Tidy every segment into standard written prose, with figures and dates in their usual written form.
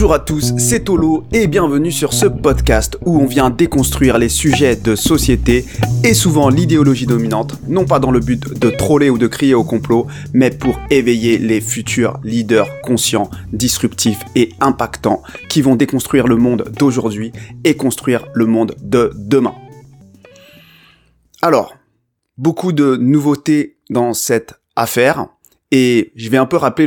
Bonjour à tous, c'est Tolo et bienvenue sur ce podcast où on vient déconstruire les sujets de société et souvent l'idéologie dominante, non pas dans le but de troller ou de crier au complot, mais pour éveiller les futurs leaders conscients, disruptifs et impactants qui vont déconstruire le monde d'aujourd'hui et construire le monde de demain. Alors, beaucoup de nouveautés dans cette affaire et je vais un peu rappeler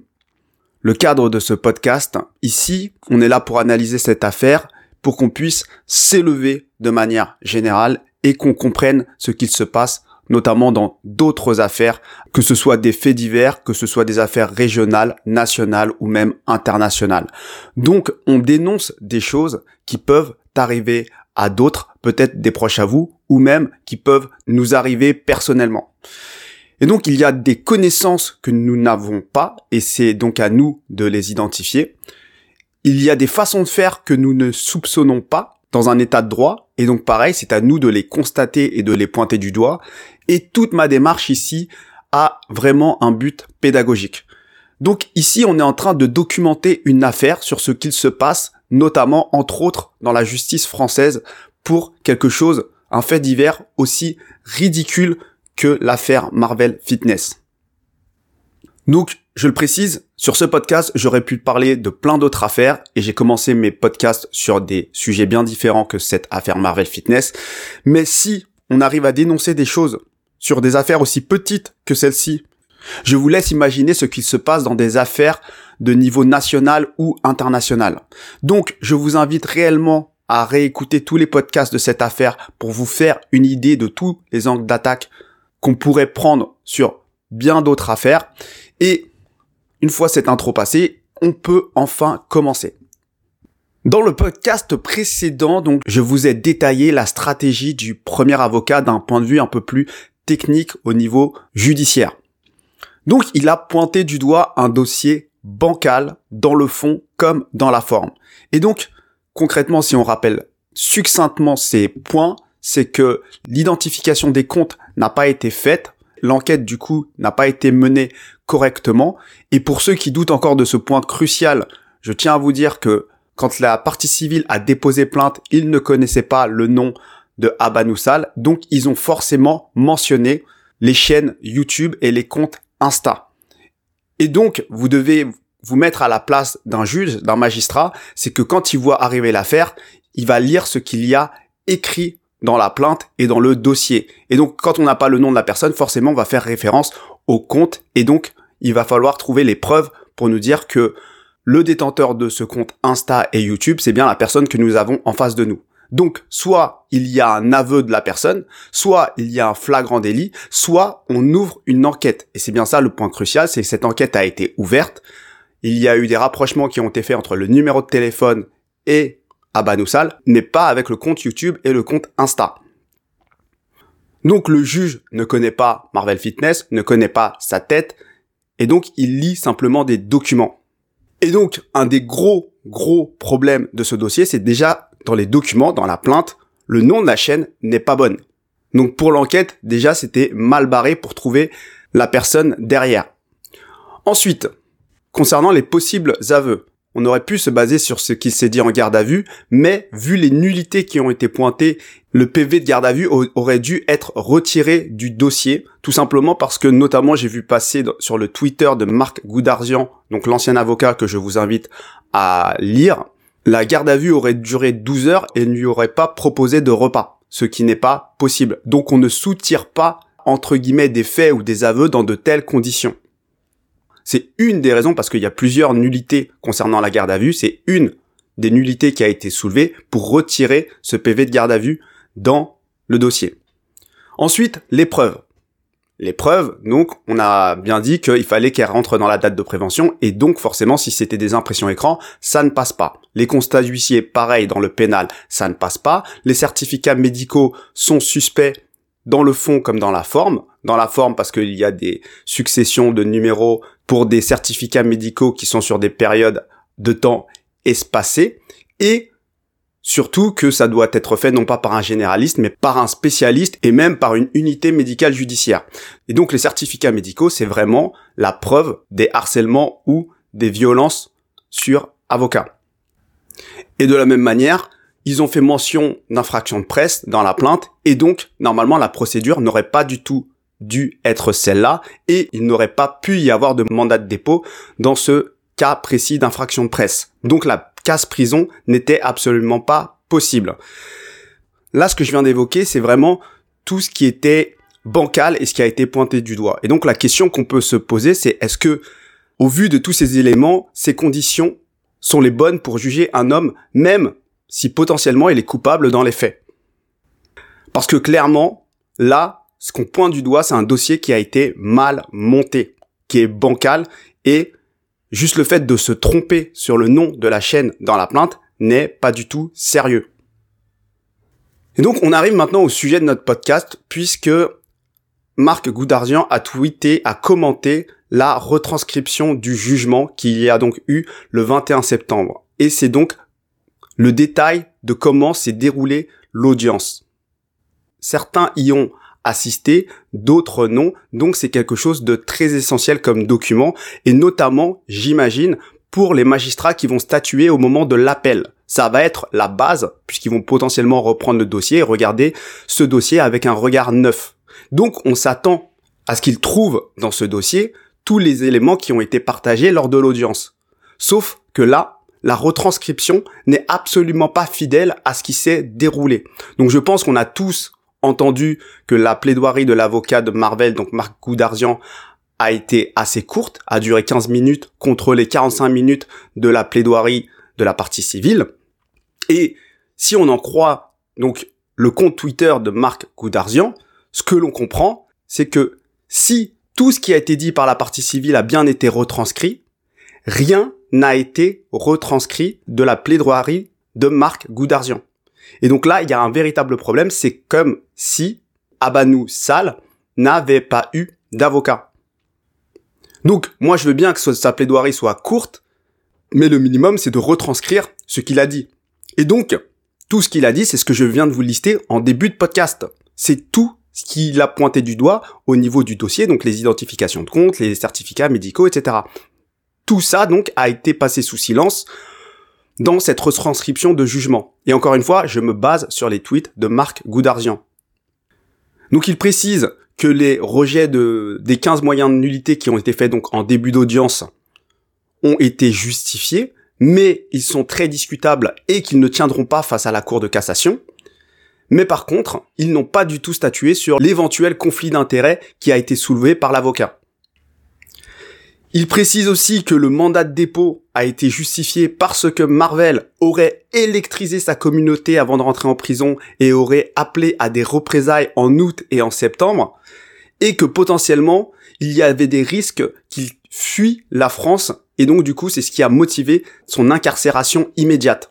le cadre de ce podcast. Ici, on est là pour analyser cette affaire, pour qu'on puisse s'élever de manière générale et qu'on comprenne ce qu'il se passe, notamment dans d'autres affaires, que ce soit des faits divers, que ce soit des affaires régionales, nationales ou même internationales. Donc, on dénonce des choses qui peuvent arriver à d'autres, peut-être des proches à vous, ou même qui peuvent nous arriver personnellement. Et donc, il y a des connaissances que nous n'avons pas, et c'est donc à nous de les identifier. Il y a des façons de faire que nous ne soupçonnons pas dans un état de droit, et donc pareil, c'est à nous de les constater et de les pointer du doigt. Et toute ma démarche ici a vraiment un but pédagogique. Donc ici, on est en train de documenter une affaire sur ce qu'il se passe, notamment, entre autres, dans la justice française, pour quelque chose, un fait divers aussi ridicule que l'affaire Marvel Fitness. Donc, je le précise, sur ce podcast, j'aurais pu parler de plein d'autres affaires et j'ai commencé mes podcasts sur des sujets bien différents que cette affaire Marvel Fitness. Mais si on arrive à dénoncer des choses sur des affaires aussi petites que celle-ci, je vous laisse imaginer ce qu'il se passe dans des affaires de niveau national ou international. Donc, je vous invite réellement à réécouter tous les podcasts de cette affaire pour vous faire une idée de tous les angles d'attaque qu'on pourrait prendre sur bien d'autres affaires. Et une fois cette intro passée, on peut enfin commencer. Dans le podcast précédent, donc, je vous ai détaillé la stratégie du premier avocat d'un point de vue un peu plus technique au niveau judiciaire. Donc, il a pointé du doigt un dossier bancal dans le fond comme dans la forme. Et donc, concrètement, si on rappelle succinctement ces points, c'est que l'identification des comptes n'a pas été faite, l'enquête du coup n'a pas été menée correctement, et pour ceux qui doutent encore de ce point crucial, je tiens à vous dire que quand la partie civile a déposé plainte, ils ne connaissaient pas le nom de Abanoussal, donc ils ont forcément mentionné les chaînes YouTube et les comptes Insta. Et donc, vous devez vous mettre à la place d'un juge, d'un magistrat, c'est que quand il voit arriver l'affaire, il va lire ce qu'il y a écrit dans la plainte et dans le dossier. Et donc, quand on n'a pas le nom de la personne, forcément, on va faire référence au compte. Et donc, il va falloir trouver les preuves pour nous dire que le détenteur de ce compte Insta et YouTube, c'est bien la personne que nous avons en face de nous. Donc, soit il y a un aveu de la personne, soit il y a un flagrant délit, soit on ouvre une enquête. Et c'est bien ça le point crucial, c'est que cette enquête a été ouverte. Il y a eu des rapprochements qui ont été faits entre le numéro de téléphone et Abanoussal, mais pas avec le compte YouTube et le compte Insta. Donc le juge ne connaît pas Marvel Fitness, ne connaît pas sa tête, et donc il lit simplement des documents. Et donc un des gros problèmes de ce dossier, c'est déjà dans les documents, dans la plainte, le nom de la chaîne n'est pas bonne. Donc pour l'enquête, déjà c'était mal barré pour trouver la personne derrière. Ensuite, concernant les possibles aveux, on aurait pu se baser sur ce qui s'est dit en garde à vue, mais vu les nullités qui ont été pointées, le PV de garde à vue aurait dû être retiré du dossier, tout simplement parce que notamment j'ai vu passer sur le Twitter de Marc Goudarzian, donc l'ancien avocat que je vous invite à lire, la garde à vue aurait duré 12 heures et ne lui aurait pas proposé de repas, ce qui n'est pas possible. Donc on ne soutire pas, entre guillemets, des faits ou des aveux dans de telles conditions. C'est une des raisons, parce qu'il y a plusieurs nullités concernant la garde à vue, c'est une des nullités qui a été soulevée pour retirer ce PV de garde à vue dans le dossier. Ensuite, les preuves. Les preuves, donc, on a bien dit qu'il fallait qu'elles rentrent dans la date de prévention, et donc forcément, si c'était des impressions écran, ça ne passe pas. Les constats d'huissier, pareil, dans le pénal, ça ne passe pas. Les certificats médicaux sont suspects dans le fond comme dans la forme. Dans la forme parce qu'il y a des successions de numéros pour des certificats médicaux qui sont sur des périodes de temps espacées, et surtout que ça doit être fait non pas par un généraliste, mais par un spécialiste et même par une unité médicale judiciaire. Et donc les certificats médicaux, c'est vraiment la preuve des harcèlements ou des violences sur avocat. Et de la même manière, ils ont fait mention d'infraction de presse dans la plainte, et donc, normalement, la procédure n'aurait pas du tout dû être celle-là, et il n'aurait pas pu y avoir de mandat de dépôt dans ce cas précis d'infraction de presse. Donc la casse prison n'était absolument pas possible. Là, ce que je viens d'évoquer, c'est vraiment tout ce qui était bancal et ce qui a été pointé du doigt. Et donc la question qu'on peut se poser, c'est est-ce que, au vu de tous ces éléments, ces conditions sont les bonnes pour juger un homme, même si potentiellement il est coupable dans les faits? Parce que clairement, là, ce qu'on pointe du doigt, c'est un dossier qui a été mal monté, qui est bancal, et juste le fait de se tromper sur le nom de la chaîne dans la plainte n'est pas du tout sérieux. Et donc, on arrive maintenant au sujet de notre podcast, puisque Marc Goudarzian a tweeté, a commenté la retranscription du jugement qu'il y a donc eu le 21 septembre. Et c'est donc le détail de comment s'est déroulée l'audience. Certains y ont assisté, d'autres non, donc c'est quelque chose de très essentiel comme document, et notamment, j'imagine, pour les magistrats qui vont statuer au moment de l'appel. Ça va être la base, puisqu'ils vont potentiellement reprendre le dossier et regarder ce dossier avec un regard neuf. Donc on s'attend à ce qu'ils trouvent dans ce dossier tous les éléments qui ont été partagés lors de l'audience. Sauf que là, la retranscription n'est absolument pas fidèle à ce qui s'est déroulé. Donc je pense qu'on a tous entendu que la plaidoirie de l'avocat de Marvel, donc Marc Goudarzian, a été assez courte, a duré 15 minutes contre les 45 minutes de la plaidoirie de la partie civile. Et si on en croit donc le compte Twitter de Marc Goudarzian, ce que l'on comprend, c'est que si tout ce qui a été dit par la partie civile a bien été retranscrit, rien n'a été retranscrit de la plaidoirie de Marc Goudarzian. Et donc là, il y a un véritable problème, c'est comme si Abanou Sall n'avait pas eu d'avocat. Donc, moi, je veux bien que sa plaidoirie soit courte, mais le minimum, c'est de retranscrire ce qu'il a dit. Et donc, tout ce qu'il a dit, c'est ce que je viens de vous lister en début de podcast. C'est tout ce qu'il a pointé du doigt au niveau du dossier, donc les identifications de compte, les certificats médicaux, etc. Tout ça, donc, a été passé sous silence dans cette retranscription de jugement. Et encore une fois, je me base sur les tweets de Marc Goudarzian. Donc il précise que les rejets des 15 moyens de nullité qui ont été faits donc en début d'audience ont été justifiés, mais ils sont très discutables et qu'ils ne tiendront pas face à la Cour de cassation. Mais par contre, ils n'ont pas du tout statué sur l'éventuel conflit d'intérêts qui a été soulevé par l'avocat. Il précise aussi que le mandat de dépôt a été justifié parce que Marvel aurait électrisé sa communauté avant de rentrer en prison et aurait appelé à des représailles en août et en septembre, et que potentiellement, il y avait des risques qu'il fuit la France, et donc du coup, c'est ce qui a motivé son incarcération immédiate.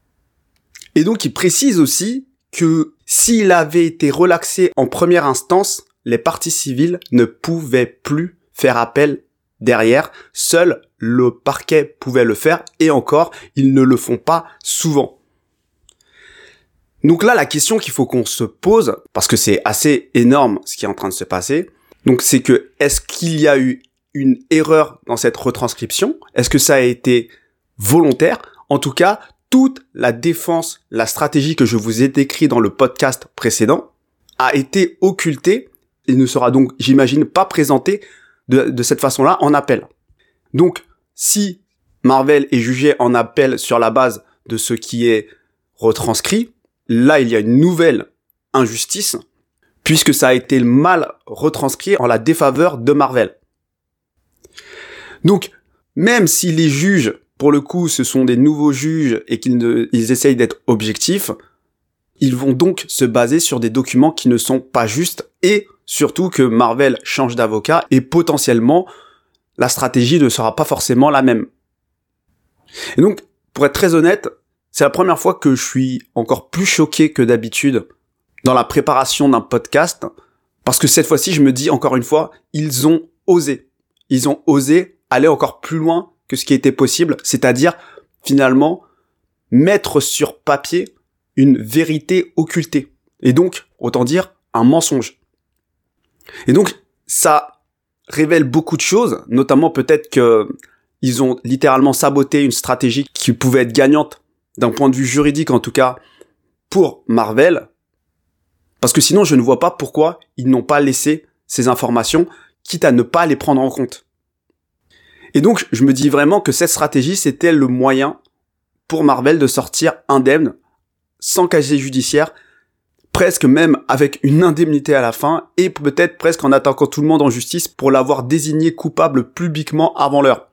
Et donc, il précise aussi que s'il avait été relaxé en première instance, les parties civiles ne pouvaient plus faire appel derrière, seul le parquet pouvait le faire, et encore, ils ne le font pas souvent. Donc là, la question qu'il faut qu'on se pose, parce que c'est assez énorme ce qui est en train de se passer, donc c'est que, est-ce qu'il y a eu une erreur dans cette retranscription? Est-ce que ça a été volontaire? En tout cas, toute la défense, la stratégie que je vous ai décrite dans le podcast précédent a été occultée et ne sera donc, j'imagine, pas présentée de cette façon-là en appel. Donc, si Marvel est jugé en appel sur la base de ce qui est retranscrit, là, il y a une nouvelle injustice, puisque ça a été mal retranscrit en la défaveur de Marvel. Donc, même si les juges, pour le coup, ce sont des nouveaux juges et ils essayent d'être objectifs, ils vont donc se baser sur des documents qui ne sont pas justes, et surtout que Marvel change d'avocat et potentiellement la stratégie ne sera pas forcément la même. Et donc, pour être très honnête, c'est la première fois que je suis encore plus choqué que d'habitude dans la préparation d'un podcast, parce que cette fois-ci, je me dis encore une fois, ils ont osé. Ils ont osé aller encore plus loin que ce qui était possible, c'est-à-dire finalement mettre sur papier une vérité occultée. Et donc, autant dire, un mensonge. Et donc, ça révèle beaucoup de choses, notamment peut-être que ils ont littéralement saboté une stratégie qui pouvait être gagnante d'un point de vue juridique en tout cas, pour Marvel, parce que sinon je ne vois pas pourquoi ils n'ont pas laissé ces informations, quitte à ne pas les prendre en compte. Et donc je me dis vraiment que cette stratégie, c'était le moyen pour Marvel de sortir indemne, sans casier judiciaire, presque même avec une indemnité à la fin, et peut-être presque en attaquant tout le monde en justice pour l'avoir désigné coupable publiquement avant l'heure.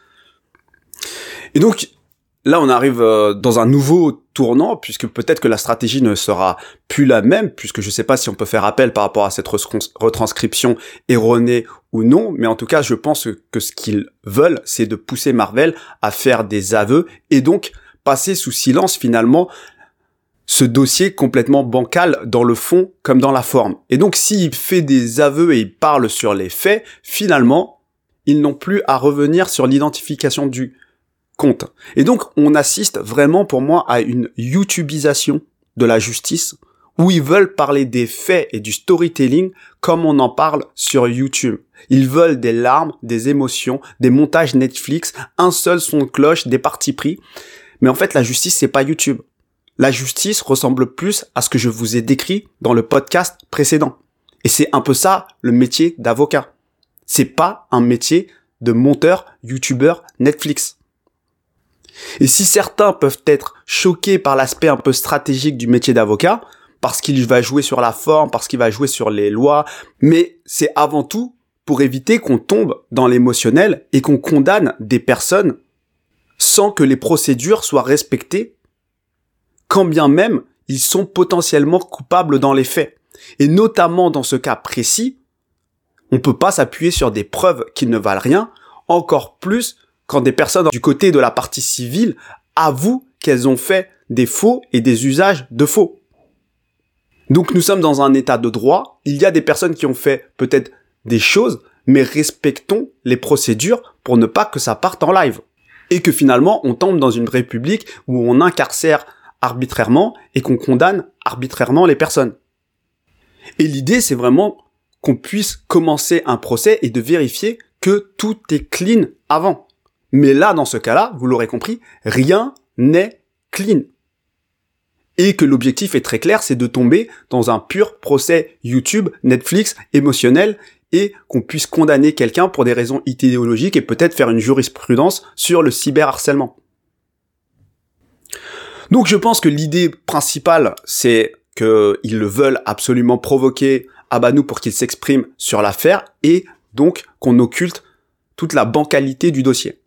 Et donc, là, on arrive dans un nouveau tournant, puisque peut-être que la stratégie ne sera plus la même, puisque je ne sais pas si on peut faire appel par rapport à cette retranscription erronée ou non, mais en tout cas, je pense que ce qu'ils veulent, c'est de pousser Marvel à faire des aveux, et donc passer sous silence finalement ce dossier complètement bancal dans le fond comme dans la forme. Et donc s'il fait des aveux et il parle sur les faits, finalement, ils n'ont plus à revenir sur l'identification du compte. Et donc on assiste vraiment pour moi à une YouTubisation de la justice, où ils veulent parler des faits et du storytelling comme on en parle sur YouTube. Ils veulent des larmes, des émotions, des montages Netflix, un seul son de cloche, des partis pris. Mais en fait la justice c'est pas YouTube. La justice ressemble plus à ce que je vous ai décrit dans le podcast précédent. Et c'est un peu ça, le métier d'avocat. C'est pas un métier de monteur, youtubeur, Netflix. Et si certains peuvent être choqués par l'aspect un peu stratégique du métier d'avocat, parce qu'il va jouer sur la forme, parce qu'il va jouer sur les lois, mais c'est avant tout pour éviter qu'on tombe dans l'émotionnel et qu'on condamne des personnes sans que les procédures soient respectées, quand bien même ils sont potentiellement coupables dans les faits. Et notamment dans ce cas précis, on peut pas s'appuyer sur des preuves qui ne valent rien, encore plus quand des personnes du côté de la partie civile avouent qu'elles ont fait des faux et des usages de faux. Donc nous sommes dans un état de droit, il y a des personnes qui ont fait peut-être des choses, mais respectons les procédures pour ne pas que ça parte en live. Et que finalement on tombe dans une république où on incarcère arbitrairement et qu'on condamne arbitrairement les personnes. Et l'idée, c'est vraiment qu'on puisse commencer un procès et de vérifier que tout est clean avant. Mais là, dans ce cas-là, vous l'aurez compris, rien n'est clean. Et que l'objectif est très clair, c'est de tomber dans un pur procès YouTube, Netflix, émotionnel, et qu'on puisse condamner quelqu'un pour des raisons idéologiques et peut-être faire une jurisprudence sur le cyberharcèlement. Donc je pense que l'idée principale, c'est qu'ils veulent absolument provoquer Abano pour qu'il s'exprime sur l'affaire et donc qu'on occulte toute la bancalité du dossier.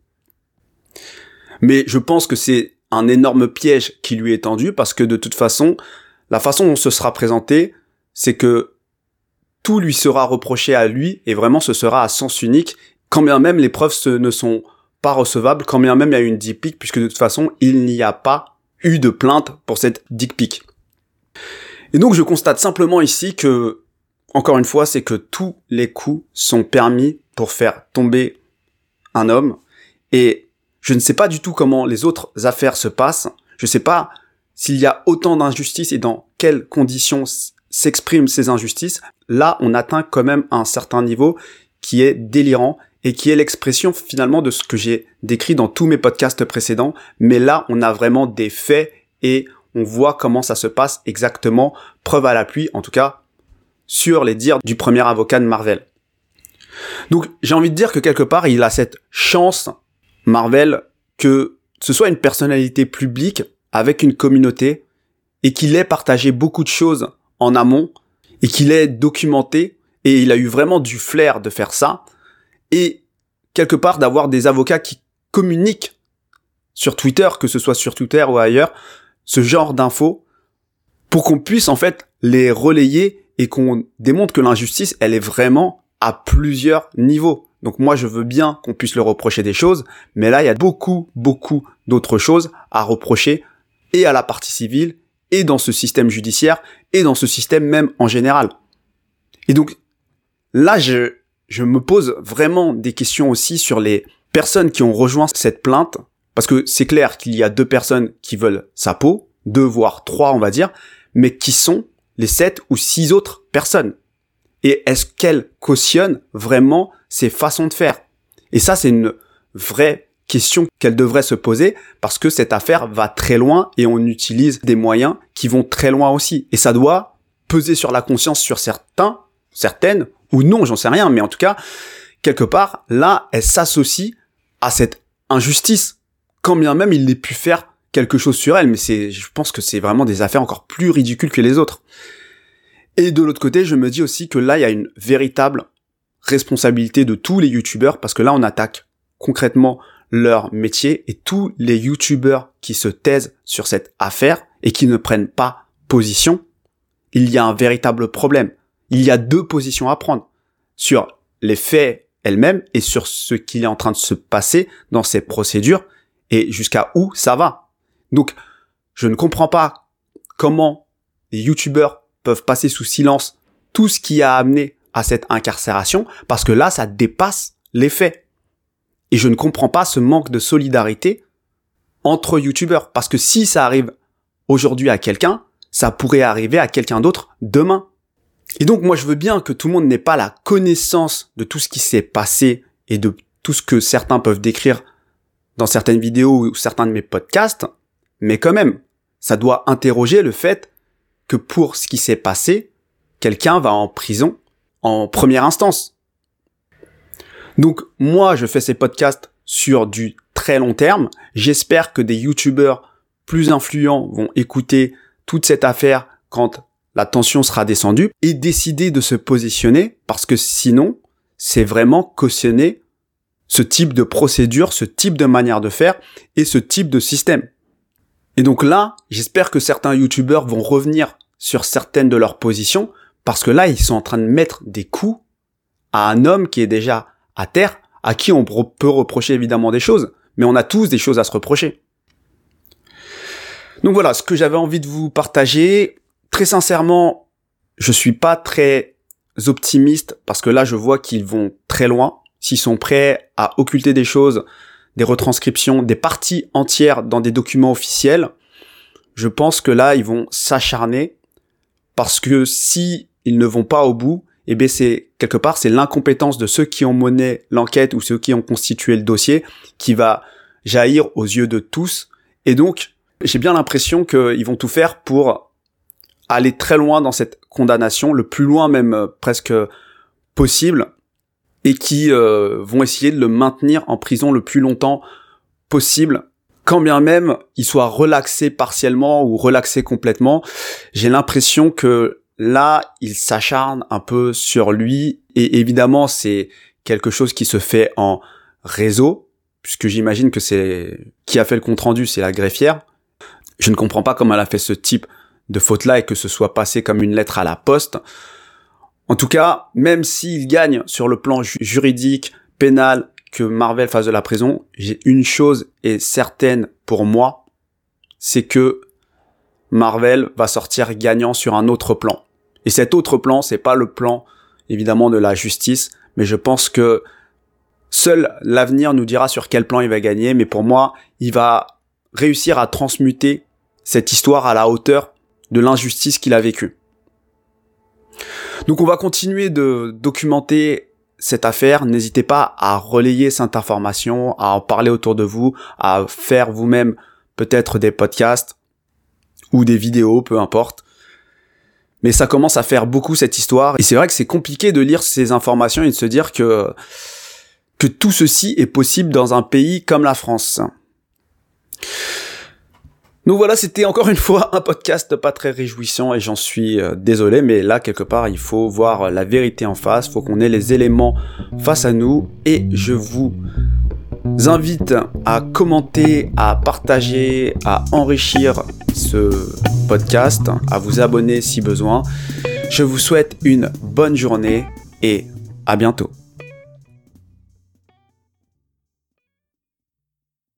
Mais je pense que c'est un énorme piège qui lui est tendu parce que de toute façon, la façon dont ce sera présenté, c'est que tout lui sera reproché à lui et vraiment ce sera à sens unique, quand bien même les preuves ne sont pas recevables, quand bien même il y a une dick pic, puisque de toute façon, il n'y a pas eu de plainte pour cette dick pic. Et donc je constate simplement ici que, encore une fois, c'est que tous les coups sont permis pour faire tomber un homme, et je ne sais pas du tout comment les autres affaires se passent, je ne sais pas s'il y a autant d'injustices et dans quelles conditions s'expriment ces injustices. Là on atteint quand même un certain niveau qui est délirant, et qui est l'expression finalement de ce que j'ai décrit dans tous mes podcasts précédents, mais là on a vraiment des faits et on voit comment ça se passe exactement, preuve à l'appui en tout cas, sur les dires du premier avocat de Marvel. Donc j'ai envie de dire que quelque part il a cette chance, Marvel, que ce soit une personnalité publique avec une communauté et qu'il ait partagé beaucoup de choses en amont et qu'il ait documenté, et il a eu vraiment du flair de faire ça, et quelque part d'avoir des avocats qui communiquent sur Twitter, que ce soit sur Twitter ou ailleurs, ce genre d'infos, pour qu'on puisse en fait les relayer et qu'on démontre que l'injustice, elle est vraiment à plusieurs niveaux. Donc moi je veux bien qu'on puisse leur reprocher des choses, mais là il y a beaucoup d'autres choses à reprocher, et à la partie civile, et dans ce système judiciaire, et dans ce système même en général. Et donc là je me pose vraiment des questions aussi sur les personnes qui ont rejoint cette plainte, parce que c'est clair qu'il y a 2 personnes qui veulent sa peau, 2 voire 3 on va dire, mais qui sont les 7 ou 6 autres personnes? Et est-ce qu'elles cautionnent vraiment ces façons de faire? Et ça c'est une vraie question qu'elle devrait se poser parce que cette affaire va très loin et on utilise des moyens qui vont très loin aussi. Et ça doit peser sur la conscience sur certaines, ou non, j'en sais rien, mais en tout cas, quelque part, là, elle s'associe à cette injustice, quand bien même il ait pu faire quelque chose sur elle, mais je pense que c'est vraiment des affaires encore plus ridicules que les autres. Et de l'autre côté, je me dis aussi que là, il y a une véritable responsabilité de tous les youtubeurs, parce que là, on attaque concrètement leur métier, et tous les youtubeurs qui se taisent sur cette affaire et qui ne prennent pas position, il y a un véritable problème. Il y a deux positions à prendre sur les faits elles-mêmes et sur ce qui est en train de se passer dans ces procédures et jusqu'à où ça va. Donc, je ne comprends pas comment les youtubeurs peuvent passer sous silence tout ce qui a amené à cette incarcération, parce que là, ça dépasse les faits. Et je ne comprends pas ce manque de solidarité entre youtubeurs, parce que si ça arrive aujourd'hui à quelqu'un, ça pourrait arriver à quelqu'un d'autre demain. Et donc moi je veux bien que tout le monde n'ait pas la connaissance de tout ce qui s'est passé et de tout ce que certains peuvent décrire dans certaines vidéos ou certains de mes podcasts, mais quand même, ça doit interroger le fait que pour ce qui s'est passé, quelqu'un va en prison en première instance. Donc moi je fais ces podcasts sur du très long terme, j'espère que des youtubeurs plus influents vont écouter toute cette affaire quand la tension sera descendue et décider de se positionner, parce que sinon, c'est vraiment cautionner ce type de procédure, ce type de manière de faire et ce type de système. Et donc là, j'espère que certains youtubeurs vont revenir sur certaines de leurs positions, parce que là, ils sont en train de mettre des coups à un homme qui est déjà à terre, à qui on peut reprocher évidemment des choses, mais on a tous des choses à se reprocher. Donc voilà, ce que j'avais envie de vous partager. Très sincèrement, je suis pas très optimiste parce que là, je vois qu'ils vont très loin. S'ils sont prêts à occulter des choses, des retranscriptions, des parties entières dans des documents officiels, je pense que là, ils vont s'acharner parce que si ils ne vont pas au bout, eh bien c'est l'incompétence de ceux qui ont mené l'enquête ou ceux qui ont constitué le dossier qui va jaillir aux yeux de tous. Et donc, j'ai bien l'impression qu'ils vont tout faire pour aller très loin dans cette condamnation, le plus loin même presque possible, et qui vont essayer de le maintenir en prison le plus longtemps possible, quand bien même il soit relaxé partiellement ou relaxé complètement. J'ai l'impression que là, il s'acharne un peu sur lui, et évidemment, c'est quelque chose qui se fait en réseau, puisque j'imagine que qui a fait le compte-rendu, c'est la greffière. Je ne comprends pas comment elle a fait ce type de faute-là et que ce soit passé comme une lettre à la poste. En tout cas, même s'il gagne sur le plan juridique, pénal, que Marvel fasse de la prison, j'ai une chose est certaine pour moi, c'est que Marvel va sortir gagnant sur un autre plan. Et cet autre plan, c'est pas le plan, évidemment, de la justice, mais je pense que seul l'avenir nous dira sur quel plan il va gagner, mais pour moi, il va réussir à transmuter cette histoire à la hauteur de l'injustice qu'il a vécue. Donc on va continuer de documenter cette affaire. N'hésitez pas à relayer cette information, à en parler autour de vous, à faire vous-même peut-être des podcasts ou des vidéos, peu importe. Mais ça commence à faire beaucoup cette histoire. Et c'est vrai que c'est compliqué de lire ces informations et de se dire que tout ceci est possible dans un pays comme la France. Donc voilà, c'était encore une fois un podcast pas très réjouissant et j'en suis désolé, mais là quelque part il faut voir la vérité en face, il faut qu'on ait les éléments face à nous, et je vous invite à commenter, à partager, à enrichir ce podcast, à vous abonner si besoin. Je vous souhaite une bonne journée et à bientôt.